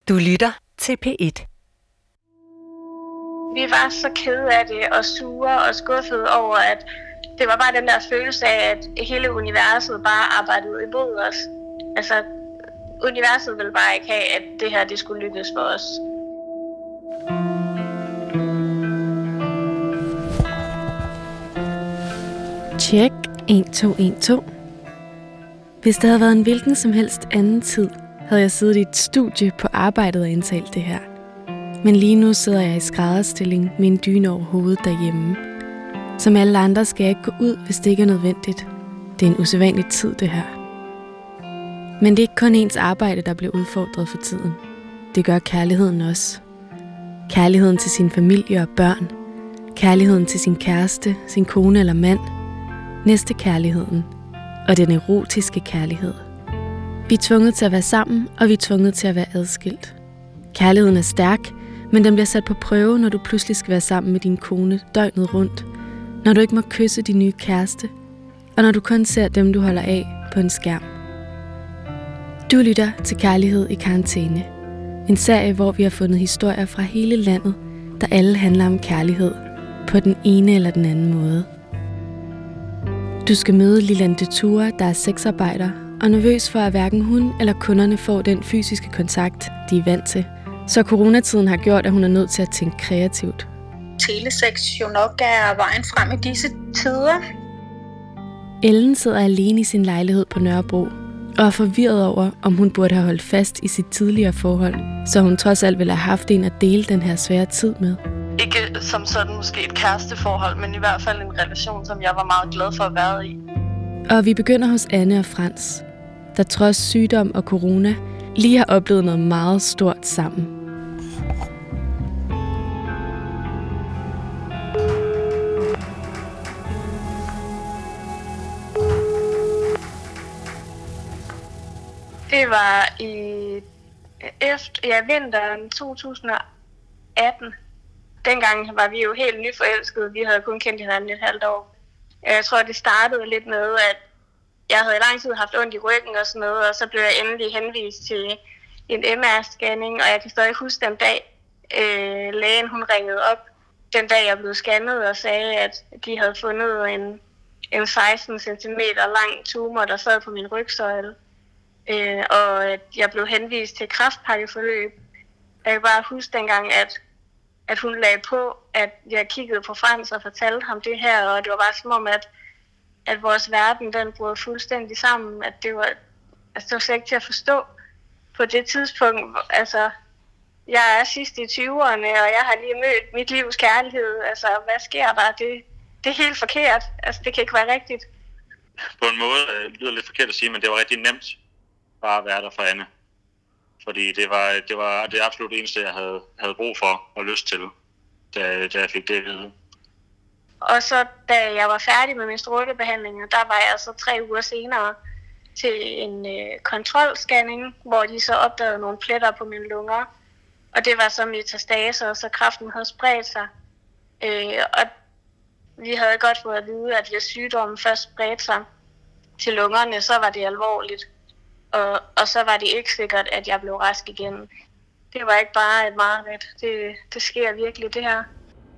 Du lytter til P1. Vi var så kede af det og sure og skuffede over, at det var bare den der følelse af, at hele universet bare arbejdede imod os. Altså, universet ville bare ikke have, at det her det skulle lykkes for os. Check 1212. Hvis der havde været en hvilken som helst anden tid, havde jeg siddet i et studie på arbejdet og indtalt det her. Men lige nu sidder jeg i skrædderstilling med en dyne over hovedet derhjemme. Som alle andre skal jeg ikke gå ud, hvis det ikke er nødvendigt. Det er en usædvanlig tid, det her. Men det er ikke kun ens arbejde, der bliver udfordret for tiden. Det gør kærligheden også. Kærligheden til sin familie og børn. Kærligheden til sin kæreste, sin kone eller mand. Næstekærligheden. Og den erotiske kærlighed. Vi er tvunget til at være sammen, og vi er tvunget til at være adskilt. Kærligheden er stærk, men den bliver sat på prøve, når du pludselig skal være sammen med din kone døgnet rundt. Når du ikke må kysse din nye kæreste, og når du kun ser dem, du holder af på en skærm. Du lytter til Kærlighed i karantæne. En serie, hvor vi har fundet historier fra hele landet, der alle handler om kærlighed, på den ene eller den anden måde. Du skal møde Lilian Deture, der er sexarbejder, og nervøs for, at hverken hun eller kunderne får den fysiske kontakt, de er vant til. Så coronatiden har gjort, at hun er nødt til at tænke kreativt. Telesex jo nok er vejen frem i disse tider. Ellen sidder alene i sin lejlighed på Nørrebro, og er forvirret over, om hun burde have holdt fast i sit tidligere forhold, så hun trods alt ville have haft en at dele den her svære tid med. Ikke som sådan måske et kæresteforhold, men i hvert fald en relation, som jeg var meget glad for at være i. Og vi begynder hos Anne og Frans, der trods sygdom og corona lige har oplevet noget meget stort sammen. Det var i vinteren 2018. Dengang var vi jo helt nyforelskede. Vi havde kun kendt hinanden et halvt år. Jeg tror, det startede lidt med, at jeg havde i lang tid haft ondt i ryggen og sådan noget, og så blev jeg endelig henvist til en MR-scanning, og jeg kan stadig huske den dag, lægen hun ringede op, den dag jeg blev scannet og sagde, at de havde fundet en 16 cm lang tumor, der sad på min rygsøjle, og at jeg blev henvist til kræftpakkeforløb. Jeg kan bare huske dengang, at hun lagde på, at jeg kiggede på Frans og fortalte ham det her, og det var bare som om, at vores verden, den brød fuldstændig sammen, at det var slet ikke til at forstå på det tidspunkt. Altså, jeg er sidst i 20'erne, og jeg har lige mødt mit livs kærlighed. Altså, hvad sker der? Det er helt forkert. Altså, det kan ikke være rigtigt. På en måde lyder lidt forkert at sige, men det var rigtig nemt bare at være der for Anne. Fordi det var det absolut eneste, jeg havde brug for og lyst til, da jeg fik det at vide. Og så da jeg var færdig med min strålebehandling, der var jeg så 3 uger senere til en kontrolscanning, hvor de så opdagede nogle pletter på mine lunger. Og det var så metastaser, så kræften havde spredt sig. Og vi havde godt fået at vide, at hvis sygdommen først spredte sig til lungerne, så var det alvorligt. Og så var det ikke sikkert, at jeg blev rask igen. Det var ikke bare et mareridt. Det sker virkelig, det her.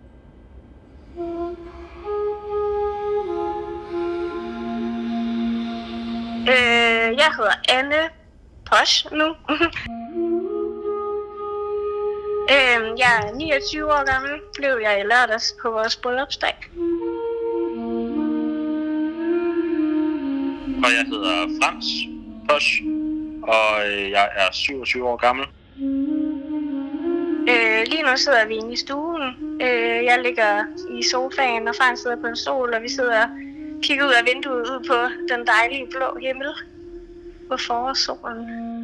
Jeg hedder Anne Posch nu. Jeg er 29 år gammel. Blev jeg i lørdags på vores bryllupsdag. Og jeg hedder Frans Posch, og jeg er 27 år gammel. Lige nu sidder vi inde i stuen. Jeg ligger i sofaen, og Frans sidder på en stol, og vi sidder og kigger ud af vinduet ud på den dejlige blå himmel på forårssolen.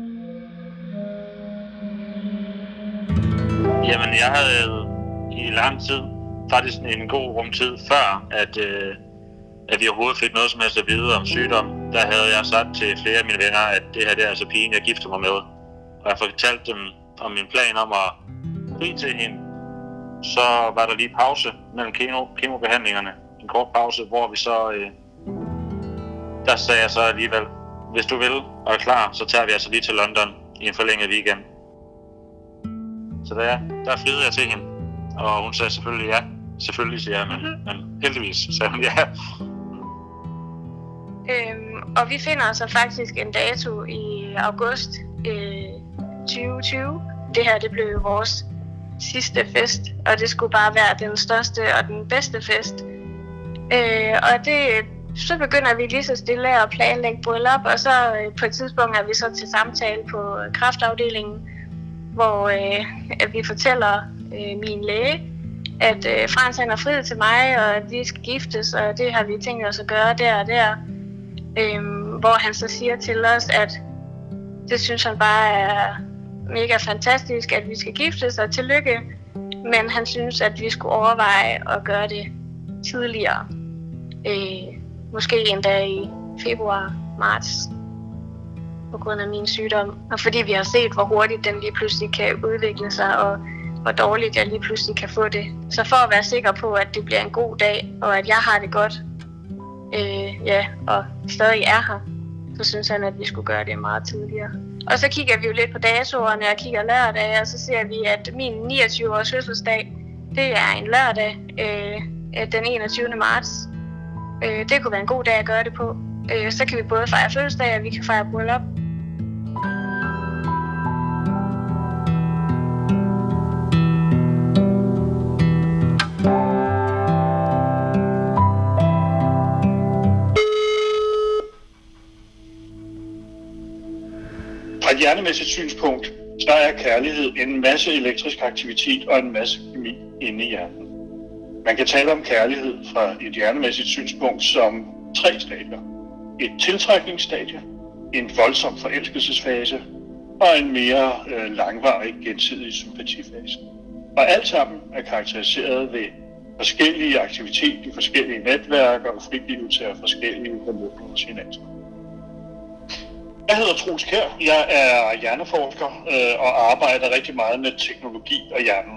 Jamen, jeg havde i lang tid, faktisk en god rumtid før, at vi overhovedet fik noget som helst at vide om sygdom. Der havde jeg sagt til flere af mine venner, at det her det er altså pigen, jeg gifter mig med. Og jeg fortalte dem om min plan om at fri til hende. Så var der lige pause mellem kemobehandlingerne. En kort pause, hvor vi så... der sagde jeg så alligevel, hvis du vil og er klar, så tager vi altså lige til London i en forlænget weekend. Så der fedede jeg til hende, og hun sagde selvfølgelig ja. Selvfølgelig siger jeg, men heldigvis sagde hun ja. Og vi finder så faktisk en dato i august 2020. Det her, det blev jo vores sidste fest, og det skulle bare være den største og den bedste fest. Og så begynder vi lige så stille at planlægge bryllup, og så på et tidspunkt er vi så til samtale på kræftafdelingen, hvor vi fortæller min læge, at Frans han har friet til mig, og at vi skal giftes, og det har vi tænkt os at gøre der og der. Hvor han så siger til os, at det synes han bare er mega fantastisk, at vi skal giftes, og tillykke. Men han synes, at vi skulle overveje at gøre det tidligere. Måske endda i februar-marts, på grund af min sygdom. Og fordi vi har set, hvor hurtigt den lige pludselig kan udvikle sig, og hvor dårligt jeg lige pludselig kan få det. Så for at være sikker på, at det bliver en god dag, og at jeg har det godt, og stadig er her, så synes han, at vi skulle gøre det meget tidligere. Og så kigger vi jo lidt på datoerne og kigger lørdage, og så ser vi, at min 29-års fødselsdag, det er en lørdag den 21. marts. Det kunne være en god dag at gøre det på. Så kan vi både fejre fødselsdag, og vi kan fejre bryllup. Fra et hjernemæssigt synspunkt, så er kærlighed en masse elektrisk aktivitet og en masse kemi inde i hjernen. Man kan tale om kærlighed fra et hjernemæssigt synspunkt som 3 stadier. Et tiltrækningsstadie, en voldsom forelskelsesfase og en mere langvarig gensidig sympatifase. Og alt sammen er karakteriseret ved forskellige aktiviteter i forskellige netværk og frigivelse af forskellige hormoner og signaler. Jeg hedder Troels Kjær. Jeg er hjerneforsker og arbejder rigtig meget med teknologi og hjernen.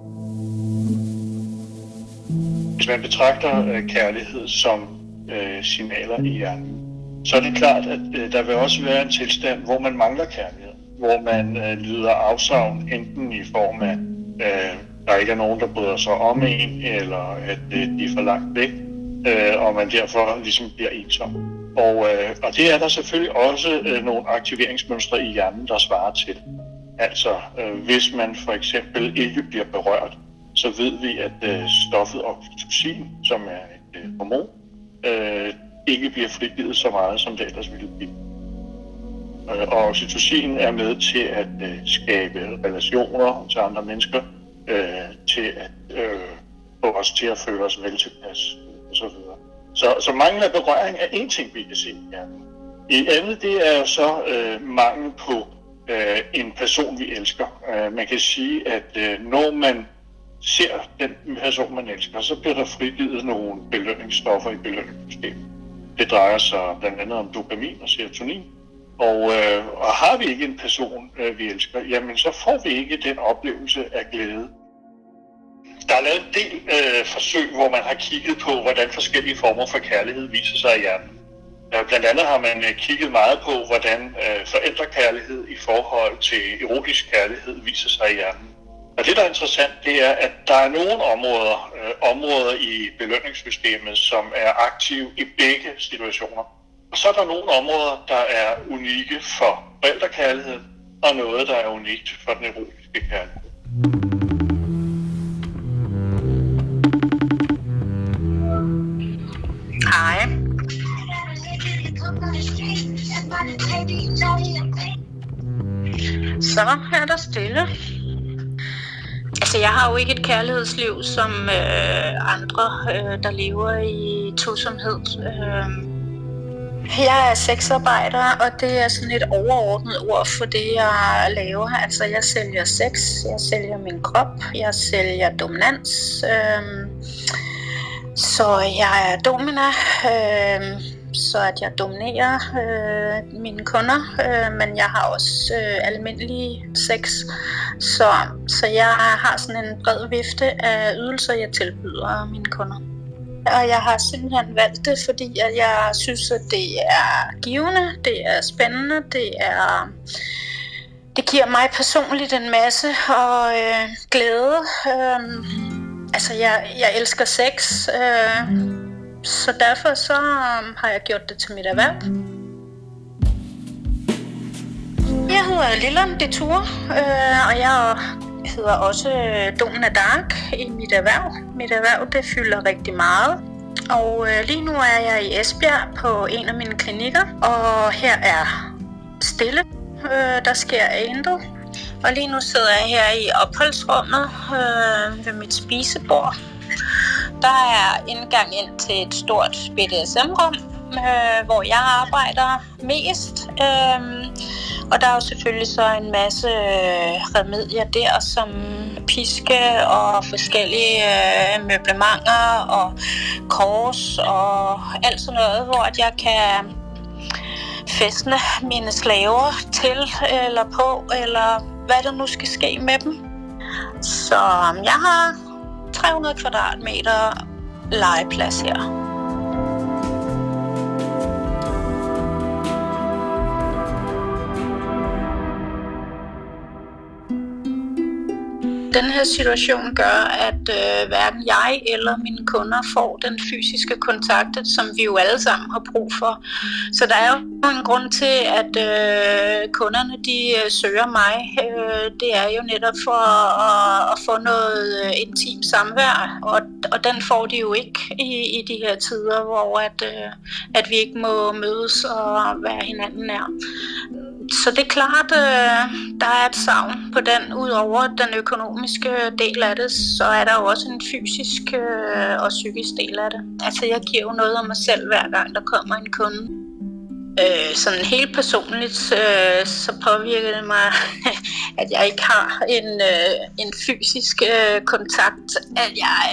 Hvis man betragter kærlighed som signaler i hjernen, så er det klart, at der vil også være en tilstand, hvor man mangler kærlighed. Hvor man lyder afsavn enten i form af, der ikke er nogen, der bryder sig om en, eller at de er for langt væk, og man derfor ligesom bliver ensom. Og det er der selvfølgelig også nogle aktiveringsmønstre i hjernen, der svarer til. Altså, hvis man for eksempel ikke bliver berørt, så ved vi, at stoffet oxytocin, som er et hormon, ikke bliver frigivet så meget, som det ellers ville blive. Og oxytocin er med til at skabe relationer til andre mennesker, til at få os til at føle os vel tilpas osv. Så mangel af berøring er en ting, vi kan se i hjernen. Et andet, det er jo så mangel på en person, vi elsker. Man kan sige, at når man ser den person, man elsker, så bliver der frigivet nogle belønningsstoffer i belønningssystemet. Det drejer sig blandt andet om dopamin og serotonin. Og har vi ikke en person, vi elsker, jamen så får vi ikke den oplevelse af glæde. Der er lavet en del forsøg, hvor man har kigget på, hvordan forskellige former for kærlighed viser sig i hjernen. Blandt andet har man kigget meget på, hvordan forældrekærlighed i forhold til erotisk kærlighed viser sig i hjernen. Og det, der er interessant, det er, at der er nogle områder i belønningssystemet, som er aktive i begge situationer. Og så er der nogle områder, der er unikke for forældrekærlighed, og noget, der er unikt for den erotiske kærlighed. Hej. Så er der stille. Altså, jeg har jo ikke et kærlighedsliv som andre, der lever i tosomhed. Jeg er sexarbejder, og det er sådan et overordnet ord for det, jeg laver. Altså, jeg sælger sex, jeg sælger min krop, jeg sælger dominans. Så jeg er domina, så at jeg dominerer mine kunder, men jeg har også almindelig sex. Så jeg har sådan en bred vifte af ydelser, jeg tilbyder mine kunder. Og jeg har simpelthen valgt det, fordi at jeg synes, at det er givende, det er spændende, det er Det giver mig personligt en masse og glæde. Altså, jeg elsker sex, så derfor så har jeg gjort det til mit erhverv. Jeg hedder Lilland Detour, og jeg hedder også Domina Dark i mit erhverv. Mit erhverv, det fylder rigtig meget. Og lige nu er jeg i Esbjerg på en af mine klinikker, og her er stille. Der sker intet. Og lige nu sidder jeg her i opholdsrummet ved mit spisebord. Der er indgang ind til et stort BDSM-rum, hvor jeg arbejder mest. Og der er jo selvfølgelig så en masse remedier der, som piske og forskellige møblementer og kors og alt sådan noget, hvor jeg kan fæstne mine slaver til eller på, eller hvad der nu skal ske med dem. Så jeg har 300 kvadratmeter legeplads her. Den her situation gør, at hverken jeg eller mine kunder får den fysiske kontakt, som vi jo alle sammen har brug for. Så der er jo en grund til, at kunderne de søger mig. Det er jo netop for at få noget intimt samvær, og den får de jo ikke i de her tider, hvor at vi ikke må mødes og være hinanden nær. Så det er klart, der er et savn på den. Udover den økonomiske del af det, så er der jo også en fysisk og psykisk del af det. Altså jeg giver jo noget af mig selv hver gang der kommer en kunde. Sådan helt personligt, så påvirker det mig, at jeg ikke har en fysisk kontakt. At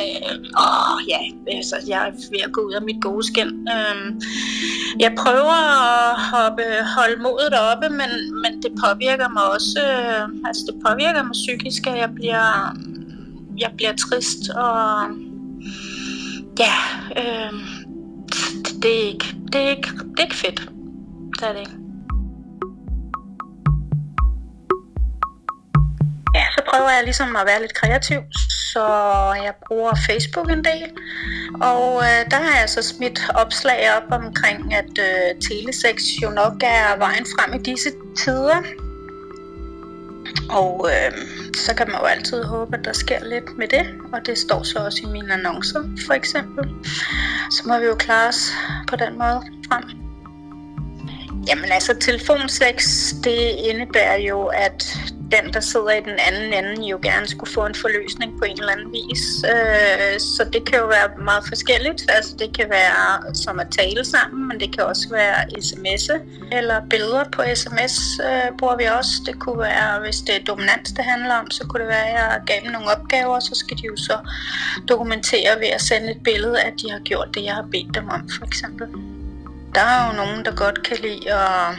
jeg er ved at gå ud af mit gode skin. Jeg prøver at holde modet oppe, men det påvirker mig også. Det påvirker mig psykisk, at jeg bliver trist og det er ikke fedt. Det er det ikke. Ja, så prøver jeg ligesom at være lidt kreativ, så jeg bruger Facebook en del. Og der har jeg så smidt opslag op omkring, at telesex jo nok er vejen frem i disse tider. Og så kan man jo altid håbe, at der sker lidt med det. Og det står så også i mine annoncer, for eksempel. Så må vi jo klare os på den måde frem. Jamen altså, telefonsex, det indebærer jo, at den, der sidder i den anden ende, jo gerne skulle få en forløsning på en eller anden vis. Så det kan jo være meget forskelligt. Altså det kan være som at tale sammen, men det kan også være sms'e eller billeder på sms bruger vi også. Det kunne være, hvis det er dominans, det handler om, så kunne det være, at jeg gav dem nogle opgaver, så skal de jo så dokumentere ved at sende et billede, at de har gjort det, jeg har bedt dem om, for eksempel. Der er jo nogen, der godt kan lide at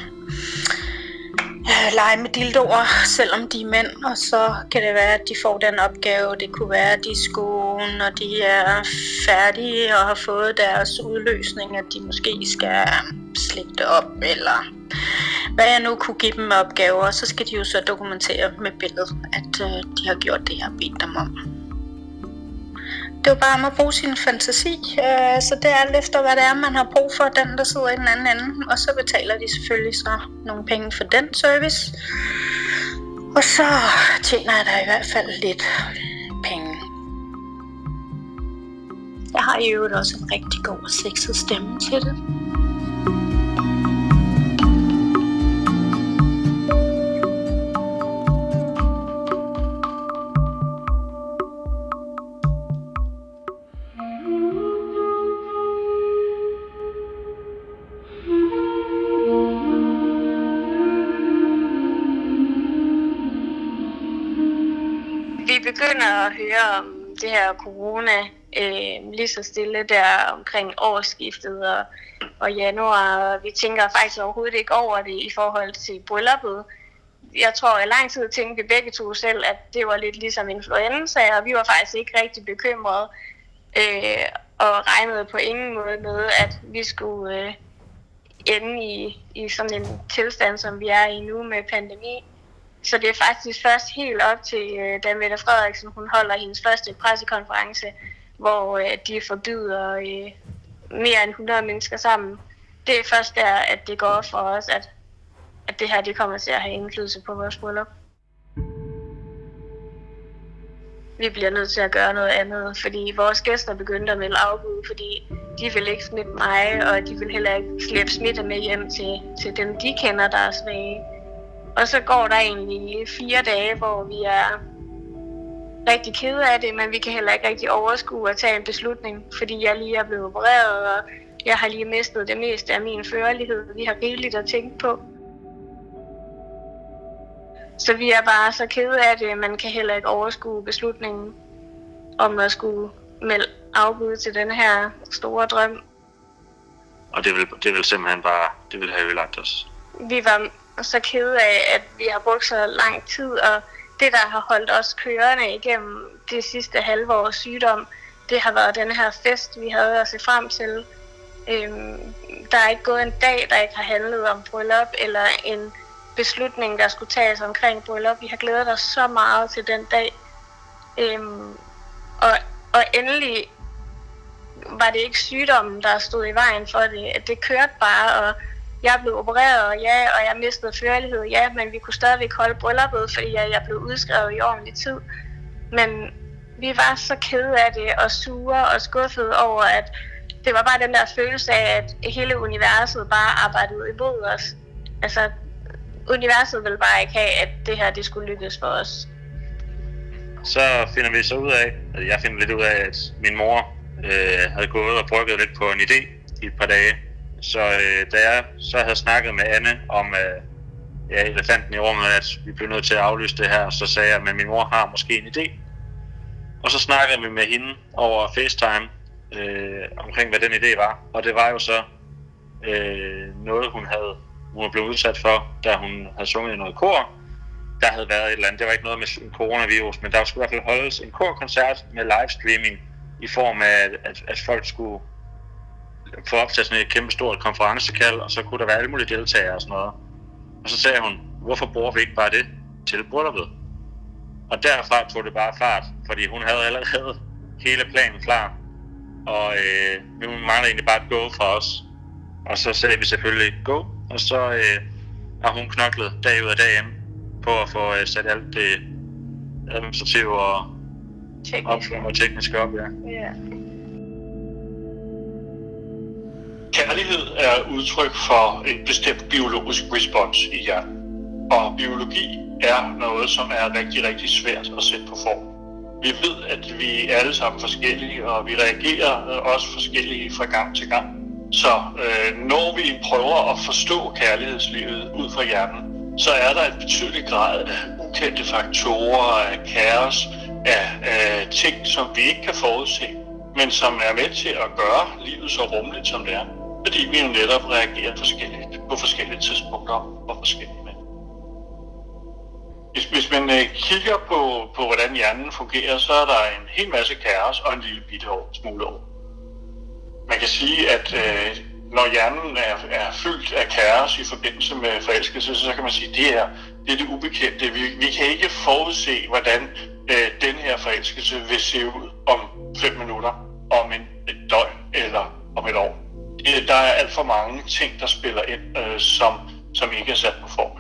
lege med dildoer, selvom de er mænd, og så kan det være, at de får den opgave. Det kunne være, at de skolen, når de er færdige og har fået deres udløsning, at de måske skal slikke det op, eller hvad jeg nu kunne give dem med opgaver, så skal de jo så dokumentere med billedet, at de har gjort det, jeg har bedt dem om. Det er jo bare om at bruge sin fantasi, så det er alt efter, hvad det er, man har brug for, den der sidder i den anden ende. Og så betaler de selvfølgelig så nogle penge for den service. Og så tjener jeg da i hvert fald lidt penge. Jeg har i øvrigt også en rigtig god og sexet stemme til det. Vi begynder at høre om det her corona lige så stille der omkring årsskiftet og januar. Vi tænker faktisk overhovedet ikke over det i forhold til brylluppet. Jeg tror, i lang tid tænkte vi begge to selv, at det var lidt ligesom influenza, og vi var faktisk ikke rigtig bekymrede og regnede på ingen måde med, at vi skulle ende i sådan en tilstand, som vi er i nu med pandemi. Så det er faktisk først helt op til, da Mette Frederiksen hun holder hendes første pressekonference, hvor de forbyder mere end 100 mennesker sammen. Det er først der, at det går op for os, at det her det kommer til at have indflydelse på vores bryllup. Vi bliver nødt til at gøre noget andet, fordi vores gæster begyndte at melde afbud, fordi de vil ikke smitte mig, og de vil heller ikke slæbe smitte med hjem til dem, de kender, der er svage. Og så går der egentlig 4 dage, hvor vi er rigtig kede af det, men vi kan heller ikke rigtig overskue at tage en beslutning, fordi jeg lige er blevet opereret, og jeg har lige mistet det meste af min førlighed. Vi har rigeligt at tænke på. Så vi er bare så kede af det, man kan heller ikke overskue beslutningen om at skulle melde afbud til den her store drøm. Og det vil simpelthen bare, det vil have ødelagt os. Vi var så kede af, at vi har brugt så lang tid, og det, der har holdt os kørende igennem det sidste halve års sygdom, det har været den her fest, vi havde at se frem til. Der er ikke gået en dag, der ikke har handlet om bryllup, eller en beslutning, der skulle tages omkring bryllup. Vi har glædet os så meget til den dag. Og endelig var det ikke sygdommen, der stod i vejen for det. Det kørte bare, og jeg blev opereret, og jeg mistede førlighed, men vi kunne stadigvæk holde brylluppet, fordi jeg blev udskrevet i ordentlig tid. Men vi var så kede af det, og sure og skuffede over, at det var bare den der følelse af, at hele universet bare arbejdede imod os. Altså, universet ville bare ikke have, at det her det skulle lykkes for os. Så finder vi så ud af, at jeg finder lidt ud af, at min mor havde gået og brygget lidt på en idé i et par dage. Så da jeg så havde snakket med Anne om elefanten i rummet, at vi blev nødt til at aflyse det her, så sagde jeg, at min mor har måske en idé. Og så snakkede vi med hende over FaceTime omkring, hvad den idé var. Og det var jo så noget, hun var blevet udsat for, da hun havde sunget i noget kor. Der havde været et eller andet, det var ikke noget med coronavirus, men der skulle i hvert fald holdes en korkoncert med livestreaming i form af, at folk skulle få optaget sådan et kæmpe stort konferencekald, og så kunne der være alle mulige deltagere og sådan noget. Og så sagde hun, hvorfor bruger vi ikke bare det til brylluppet? Og derfra tog det bare fart, fordi hun havde allerede hele planen klar. Og vi manglede egentlig bare et go fra os. Og så sagde vi selvfølgelig go, og så har hun knoklet dag ud af dag ind på at få sat alt det administrative og tekniske op, ja. Yeah. Kærlighed er udtryk for et bestemt biologisk respons i hjernen. Og biologi er noget, som er rigtig, rigtig svært at sætte på form. Vi ved, at vi er alle sammen forskellige, og vi reagerer også forskellige fra gang til gang. Så når vi prøver at forstå kærlighedslivet ud fra hjernen, så er der et betydeligt grad af ukendte faktorer, af kaos, af ting, som vi ikke kan forudse, men som er med til at gøre livet så rummeligt, som det er. Fordi vi jo netop reagerer forskelligt på forskellige tidspunkter og forskellige mænd. Hvis man kigger på, hvordan hjernen fungerer, så er der en hel masse kaos og en lille bitte smule over. Man kan sige, at når hjernen er fyldt af kaos i forbindelse med forelskelse, så kan man sige, at det er det ubekendte. Vi kan ikke forudse, hvordan den her forelskelse vil se ud om 5 minutter, om et døgn eller om et år. Der er alt for mange ting, der spiller ind, som ikke er sat på form.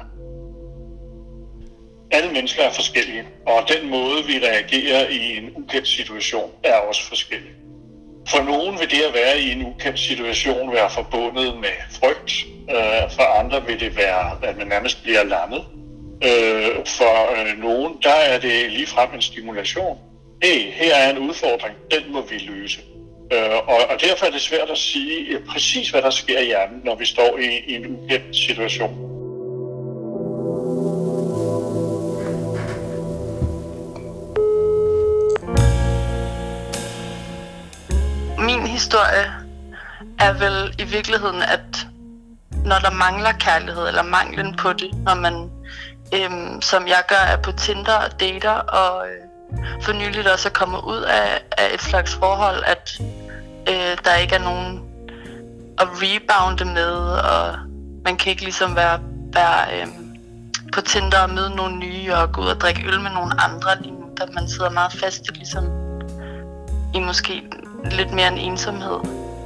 Alle mennesker er forskellige, og den måde, vi reagerer i en ukendt situation, er også forskellig. For nogen vil det at være i en ukendt situation være forbundet med frygt. For andre vil det være, at man nærmest bliver lammet. For nogen, der er det ligefrem en stimulation. Hey, her er en udfordring, den må vi løse. Og derfor er det svært at sige præcis, hvad der sker i hjernen, når vi står i en ukendt situation. Min historie er vel i virkeligheden, at når der mangler kærlighed, eller manglen på det, når man, som jeg gør, er på Tinder og dater, og for nyligt også er kommet ud af et slags forhold, at der ikke er nogen at rebounde med, og man kan ikke ligesom være på Tinder og møde nogle nye og gå ud og drikke øl med nogle andre lige nu, da man sidder meget fast ligesom i måske lidt mere en ensomhed.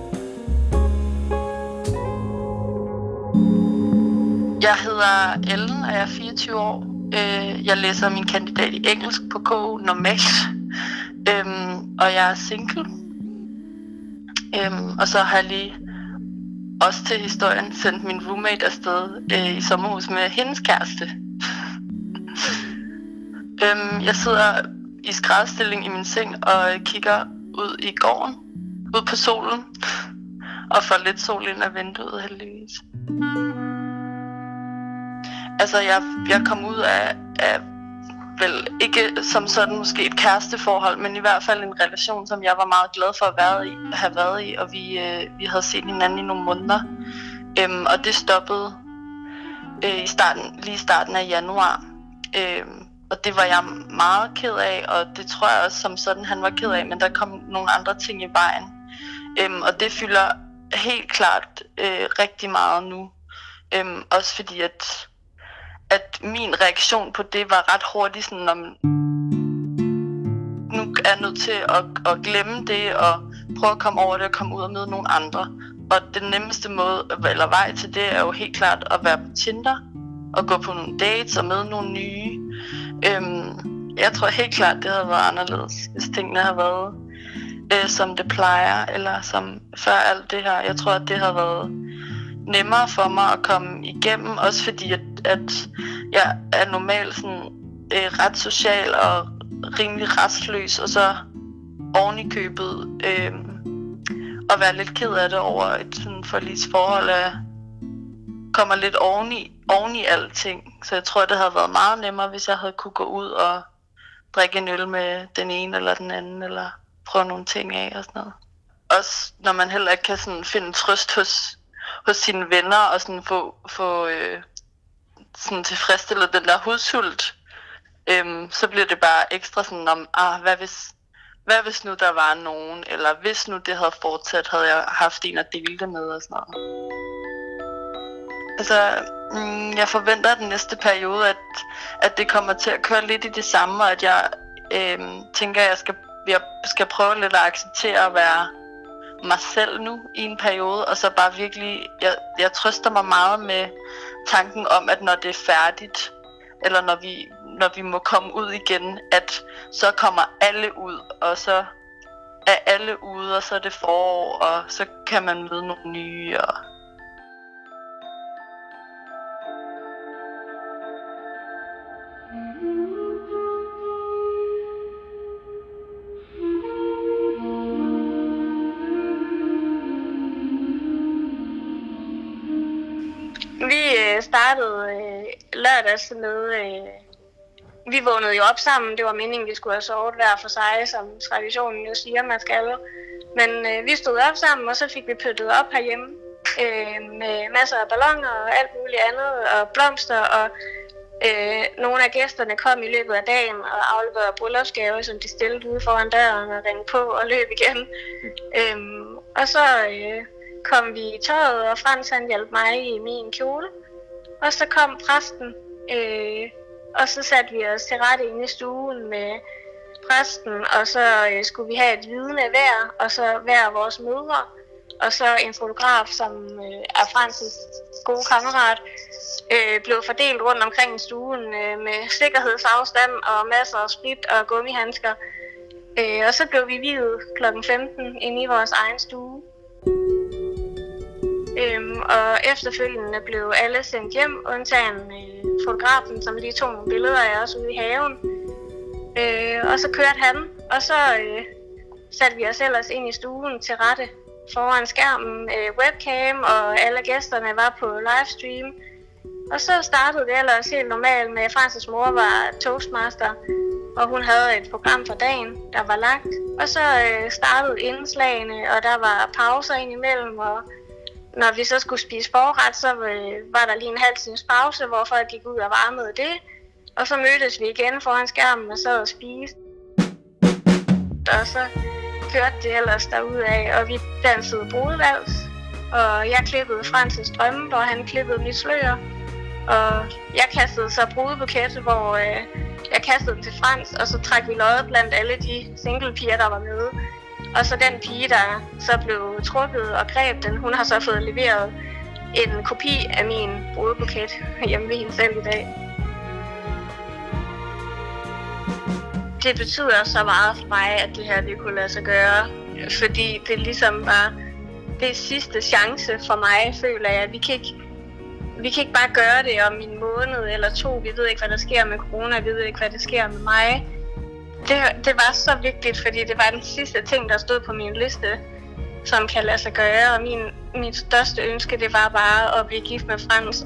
Jeg hedder Ellen, og jeg er 24 år. Jeg læser min kandidat i engelsk på KU normalt, og jeg er single. Og så har jeg lige også til historien sendt min roommate afsted i sommerhus med hendes kæreste. Jeg sidder i skrædstilling i min seng og kigger ud i gården, ud på solen, og får lidt sol ind af vinduet heldigvis. Altså jeg kom ud af vel ikke som sådan måske et kæresteforhold, men i hvert fald en relation, som jeg var meget glad for at have været i, og vi havde set hinanden i nogle måneder. Og det stoppede lige i starten af januar. Og det var jeg meget ked af, og det tror jeg også som sådan han var ked af, men der kom nogle andre ting i vejen. Og det fylder helt klart rigtig meget nu. Også fordi at min reaktion på det var ret hurtigt sådan, om nu er jeg nødt til at glemme det og prøve at komme over det og komme ud og møde nogle andre. Og den nemmeste måde eller vej til det er jo helt klart at være på Tinder og gå på nogle dates og møde nogle nye. Jeg tror helt klart det havde været anderledes, hvis tingene havde været som det plejer, eller som før alt det her. Jeg tror at det havde været nemmere for mig at komme igennem, også fordi at jeg er normalt sådan ret social og rimelig restløs, og så oven i købet at være lidt ked af det over et sådan forligsforhold kommer lidt oven i alting. Så jeg tror, det havde været meget nemmere, hvis jeg havde kunne gå ud og drikke en øl med den ene eller den anden, eller prøve nogle ting af og sådan noget. Også når man heller ikke kan sådan finde trøst hos sine venner og sådan få sådan tilfredsstillet den der hudsult, så bliver det bare ekstra sådan om, hvad hvis nu der var nogen, eller hvis nu det havde fortsat, havde jeg haft en at dele det med og sådan noget. Altså, jeg forventer den næste periode, at det kommer til at køre lidt i det samme, og at jeg tænker, at jeg skal prøve lidt at acceptere at være mig selv nu i en periode, og så bare virkelig, jeg trøster mig meget med tanken om, at når det er færdigt, eller når vi må komme ud igen, at så kommer alle ud, og så er alle ude, og så er det forår, og så kan man møde nogle nye. Og vi startede lørdags med, vi vågnede jo op sammen. Det var meningen, vi skulle have sovet hver for sig, som traditionen jo siger, man skal. Men vi stod op sammen, og så fik vi pyntet op herhjemme med masser af balloner og alt muligt andet, og blomster, og nogle af gæsterne kom i løbet af dagen og afleverede bryllupsgaver, som de stillede ude foran døren og ringte på og løb igen. Og så kom vi i tøjet, og Frans han hjalp mig i min kjole. Og så kom præsten, og så satte vi os til rette inde i stuen med præsten, og så skulle vi have et vidne hver, og så hver vores mødre, og så en fotograf, som er Frans' gode kammerat, blev fordelt rundt omkring i stuen med sikkerhedsafstand og masser af sprit og gummihandsker. Og så blev vi viet kl. 15 inde i vores egen stue. Og efterfølgende blev alle sendt hjem, undtagen fotografen, som lige tog nogle billeder af os ude i haven. Og så kørte han, og så satte vi os ellers ind i stuen til rette foran skærmen, webcam, og alle gæsterne var på livestream. Og så startede det ellers helt normalt med, at Frans' mor var toastmaster, og hun havde et program for dagen, der var lagt. Og så startede indslagene, og der var pauser indimellem, og når vi så skulle spise forret, så var der lige en halv times pause, hvor folk gik ud og varmede det. Og så mødtes vi igen foran skærmen og sad og spiste. Og så kørte det ellers derudad, og vi dansede brudevals. Og jeg klippede Frans' drømme, hvor han klippede mit slør. Og jeg kastede så brudebuket, hvor jeg kastede den til Frans, og så trak vi lodder blandt alle de single-piger, der var med. Og så den pige, der så blev trukket og greb den, hun har så fået leveret en kopi af min brudebuket hjemme ved hende selv i dag. Det betyder så meget for mig, at det her det kunne lade sig gøre, fordi det ligesom var det sidste chance for mig, føler jeg. Vi kan ikke bare gøre det om en måned eller to. Vi ved ikke, hvad der sker med corona. Vi ved ikke, hvad der sker med mig. Det var så vigtigt, fordi det var den sidste ting, der stod på min liste, som kan lade sig gøre. Og min største ønske, det var bare at blive gift med Frans.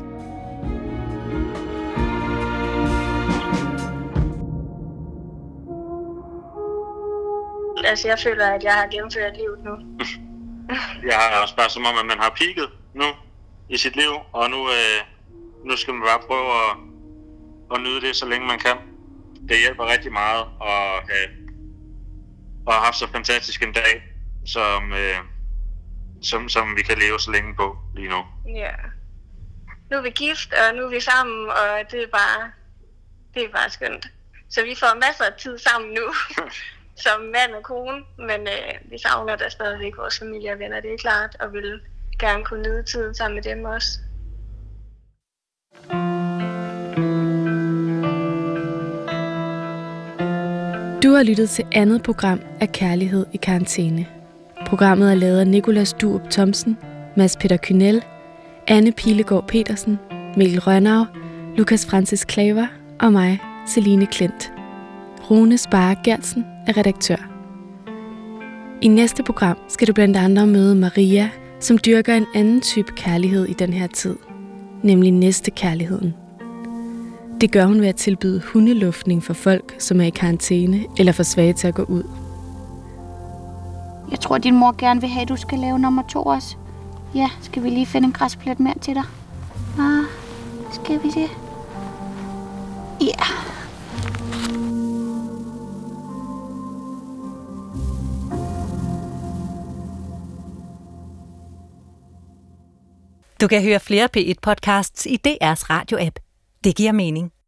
Altså, jeg føler, at jeg har gennemført livet nu. Jeg har også bare som om, at man har peaket nu i sit liv, og nu skal man bare prøve at nyde det, så længe man kan. Det hjælper rigtig meget at have haft så fantastisk en dag, som vi kan leve så længe på lige nu. Ja. Nu er vi gift, og nu er vi sammen, og det er bare skønt. Så vi får masser af tid sammen nu, som mand og kone, men vi savner da stadigvæk vores familie og venner, det er klart, og vil gerne kunne nyde tiden sammen med dem også. Du har lyttet til andet program af Kærlighed i karantæne. Programmet er lavet af Nicolas Durup Thomsen, Mads Peter Kynel, Anne Pilegaard Petersen, Mikkel Rønnau, Lukas Francis Klaver og mig, Celine Klint. Rune Sparre Gertsen er redaktør. I næste program skal du blandt andre møde Maria, som dyrker en anden type kærlighed i den her tid, nemlig næstekærligheden. Det gør hun ved at tilbyde hundeluftning for folk, som er i karantæne eller for svage til at gå ud. Jeg tror, din mor gerne vil have, at du skal lave nummer 2 også. Ja, skal vi lige finde en græsplet mere til dig? Skal vi det? Ja. Du kan høre flere P1-podcasts i DR's radio-app. Det giver mening.